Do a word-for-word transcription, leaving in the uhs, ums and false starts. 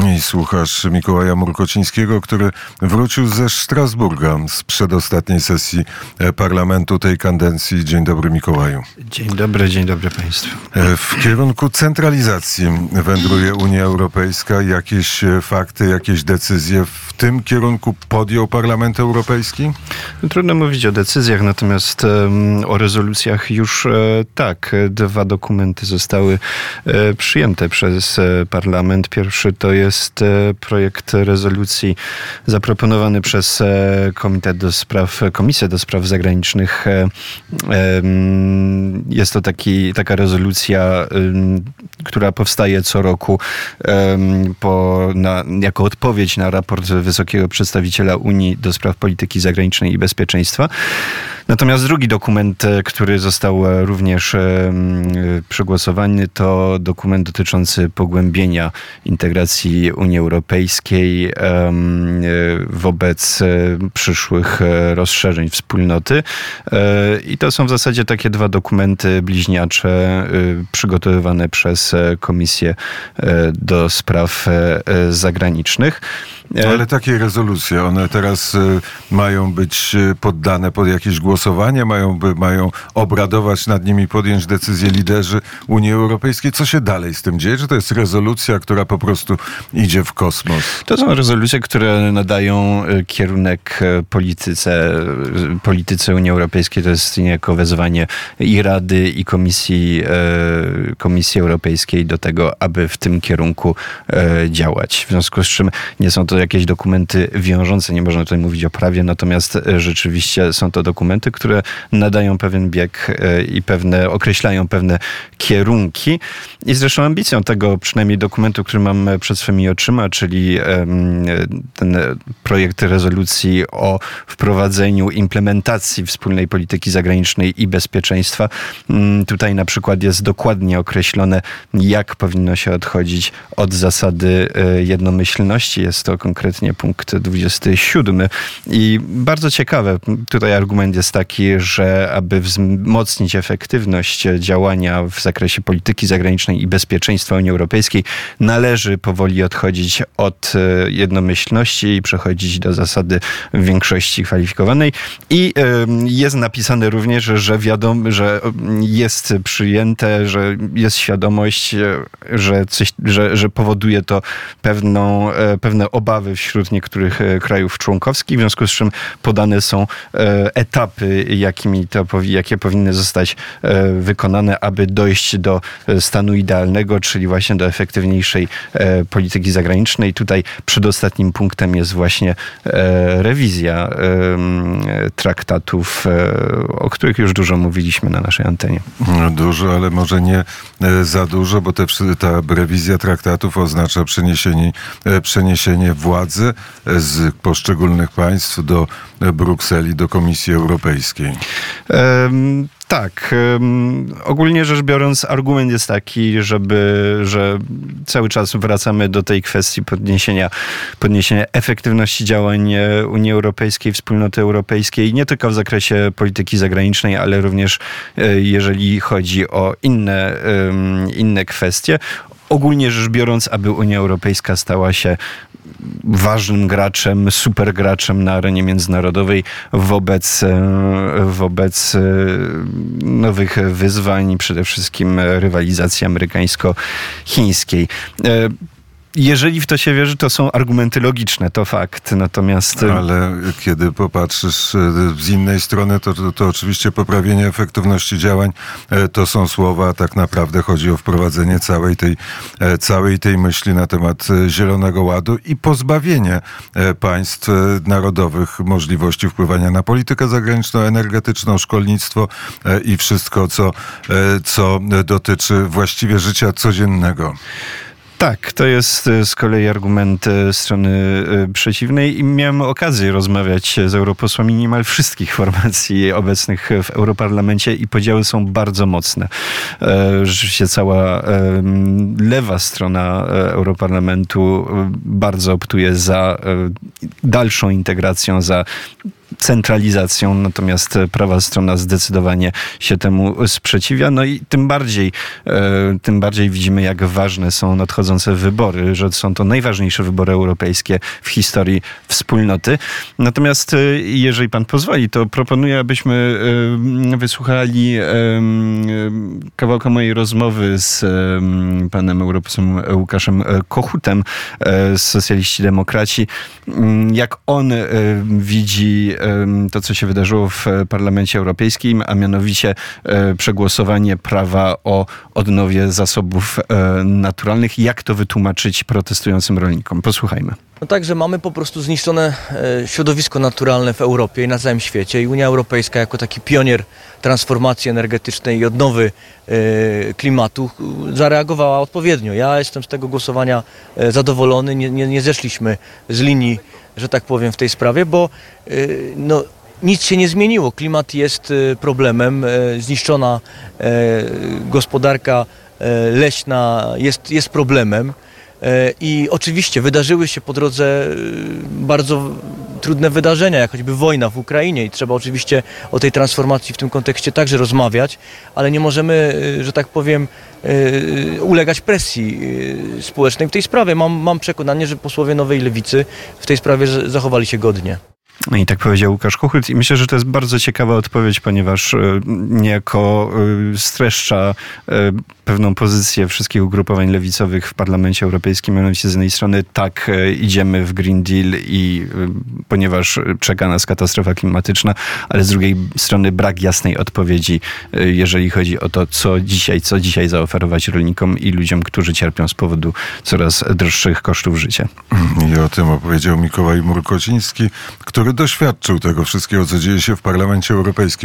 I słuchasz Mikołaja Murkocińskiego, który wrócił ze Strasburga z przedostatniej sesji parlamentu tej kadencji. Dzień dobry, Mikołaju. Dzień dobry, dzień dobry państwu. W kierunku centralizacji wędruje Unia Europejska. Jakieś fakty, jakieś decyzje w tym kierunku podjął Parlament Europejski? Trudno mówić o decyzjach, natomiast um, o rezolucjach już e, tak. Dwa dokumenty zostały e, przyjęte przez e, Parlament. Pierwszy to jest e, projekt rezolucji zaproponowany przez e, Komitet do Spraw, Komisję do Spraw Zagranicznych. E, e, jest to taki, taka rezolucja, e, która powstaje co roku e, po, na, jako odpowiedź na raport Wysokiego Przedstawiciela Unii do Spraw Polityki Zagranicznej i Bezpieczeństwa. Natomiast drugi dokument, który został również przegłosowany, to dokument dotyczący pogłębienia integracji Unii Europejskiej wobec przyszłych rozszerzeń wspólnoty. I to są w zasadzie takie dwa dokumenty bliźniacze przygotowywane przez Komisję do Spraw Zagranicznych. Ale takie rezolucje, one teraz mają być poddane pod jakieś głosowanie, mają, mają obradować nad nimi, podjąć decyzje liderzy Unii Europejskiej. Co się dalej z tym dzieje? Czy to jest rezolucja, która po prostu idzie w kosmos? To są rezolucje, które nadają kierunek polityce, polityce Unii Europejskiej. To jest niejako wezwanie i Rady, i Komisji, Komisji Europejskiej do tego, aby w tym kierunku działać. W związku z czym nie są to jakieś dokumenty wiążące, nie można tutaj mówić o prawie, natomiast rzeczywiście są to dokumenty, które nadają pewien bieg i pewne, określają pewne kierunki. I zresztą ambicją tego przynajmniej dokumentu, który mam przed swymi oczyma, czyli ten projekt rezolucji o wprowadzeniu implementacji wspólnej polityki zagranicznej i bezpieczeństwa. Tutaj na przykład jest dokładnie określone, jak powinno się odchodzić od zasady jednomyślności. Jest to konkretnie punkt dwudziesty siódmy. I bardzo ciekawe, tutaj argument jest taki, że aby wzmocnić efektywność działania w zakresie polityki zagranicznej i bezpieczeństwa Unii Europejskiej, należy powoli odchodzić od jednomyślności i przechodzić do zasady większości kwalifikowanej. I jest napisane również, że wiadomo, że jest przyjęte, że jest świadomość, że, coś, że, że powoduje to pewną, pewne obawy wśród niektórych krajów członkowskich, w związku z czym podane są etapy, jakimi to, jakie powinny zostać wykonane, aby dojść do stanu idealnego, czyli właśnie do efektywniejszej polityki zagranicznej. Tutaj przedostatnim punktem jest właśnie rewizja traktatów, o których już dużo mówiliśmy na naszej antenie. Dużo, ale może nie za dużo, bo te, ta rewizja traktatów oznacza przeniesienie, przeniesienie władzy z poszczególnych państw do Brukseli, do Komisji Europejskiej. Um, Tak. Um, ogólnie rzecz biorąc, argument jest taki, żeby, że cały czas wracamy do tej kwestii podniesienia, podniesienia efektywności działań Unii Europejskiej, Wspólnoty Europejskiej, nie tylko w zakresie polityki zagranicznej, ale również jeżeli chodzi o inne, um, inne kwestie. Ogólnie rzecz biorąc, aby Unia Europejska stała się ważnym graczem, supergraczem na arenie międzynarodowej wobec, wobec nowych wyzwań, przede wszystkim rywalizacji amerykańsko-chińskiej. Jeżeli w to się wierzy, to są argumenty logiczne, to fakt. Natomiast... Ale kiedy popatrzysz z innej strony, to, to, to oczywiście poprawienie efektywności działań to są słowa, a tak naprawdę chodzi o wprowadzenie całej tej, całej tej myśli na temat Zielonego Ładu i pozbawienie państw narodowych możliwości wpływania na politykę zagraniczną, energetyczną, szkolnictwo i wszystko, co, co dotyczy właściwie życia codziennego. Tak, to jest z kolei argument strony przeciwnej i miałem okazję rozmawiać z europosłami niemal wszystkich formacji obecnych w Europarlamencie i podziały są bardzo mocne. Rzeczywiście cała lewa strona Europarlamentu bardzo optuje za dalszą integracją, za centralizacją, natomiast prawa strona zdecydowanie się temu sprzeciwia. No i tym bardziej, tym bardziej widzimy, jak ważne są nadchodzące wybory, że są to najważniejsze wybory europejskie w historii wspólnoty. Natomiast jeżeli pan pozwoli, to proponuję, abyśmy wysłuchali kawałka mojej rozmowy z panem europosłem Łukaszem Kochutem z Socjaliści Demokraci. Jak on widzi to, co się wydarzyło w Parlamencie Europejskim, a mianowicie przegłosowanie prawa o odnowie zasobów naturalnych. Jak to wytłumaczyć protestującym rolnikom? Posłuchajmy. No tak, że mamy po prostu zniszczone środowisko naturalne w Europie i na całym świecie i Unia Europejska jako taki pionier transformacji energetycznej i odnowy klimatu zareagowała odpowiednio. Ja jestem z tego głosowania zadowolony, nie, nie, nie zeszliśmy z linii, że tak powiem, w tej sprawie, bo no, nic się nie zmieniło. Klimat jest problemem, zniszczona gospodarka leśna jest, jest problemem. I oczywiście wydarzyły się po drodze bardzo trudne wydarzenia, jak choćby wojna w Ukrainie i trzeba oczywiście o tej transformacji w tym kontekście także rozmawiać, ale nie możemy, że tak powiem, ulegać presji społecznej w tej sprawie. Mam, mam przekonanie, że posłowie Nowej Lewicy w tej sprawie zachowali się godnie. No i tak powiedział Łukasz Kochut i myślę, że to jest bardzo ciekawa odpowiedź, ponieważ niejako streszcza pewną pozycję wszystkich ugrupowań lewicowych w Parlamencie Europejskim. Mianowicie z jednej strony tak, idziemy w Green Deal i ponieważ czeka nas katastrofa klimatyczna, ale z drugiej strony brak jasnej odpowiedzi, jeżeli chodzi o to, co dzisiaj, co dzisiaj zaoferować rolnikom i ludziom, którzy cierpią z powodu coraz droższych kosztów życia. I o tym opowiedział Mikołaj Murkociński, który doświadczył tego wszystkiego, co dzieje się w Parlamencie Europejskim.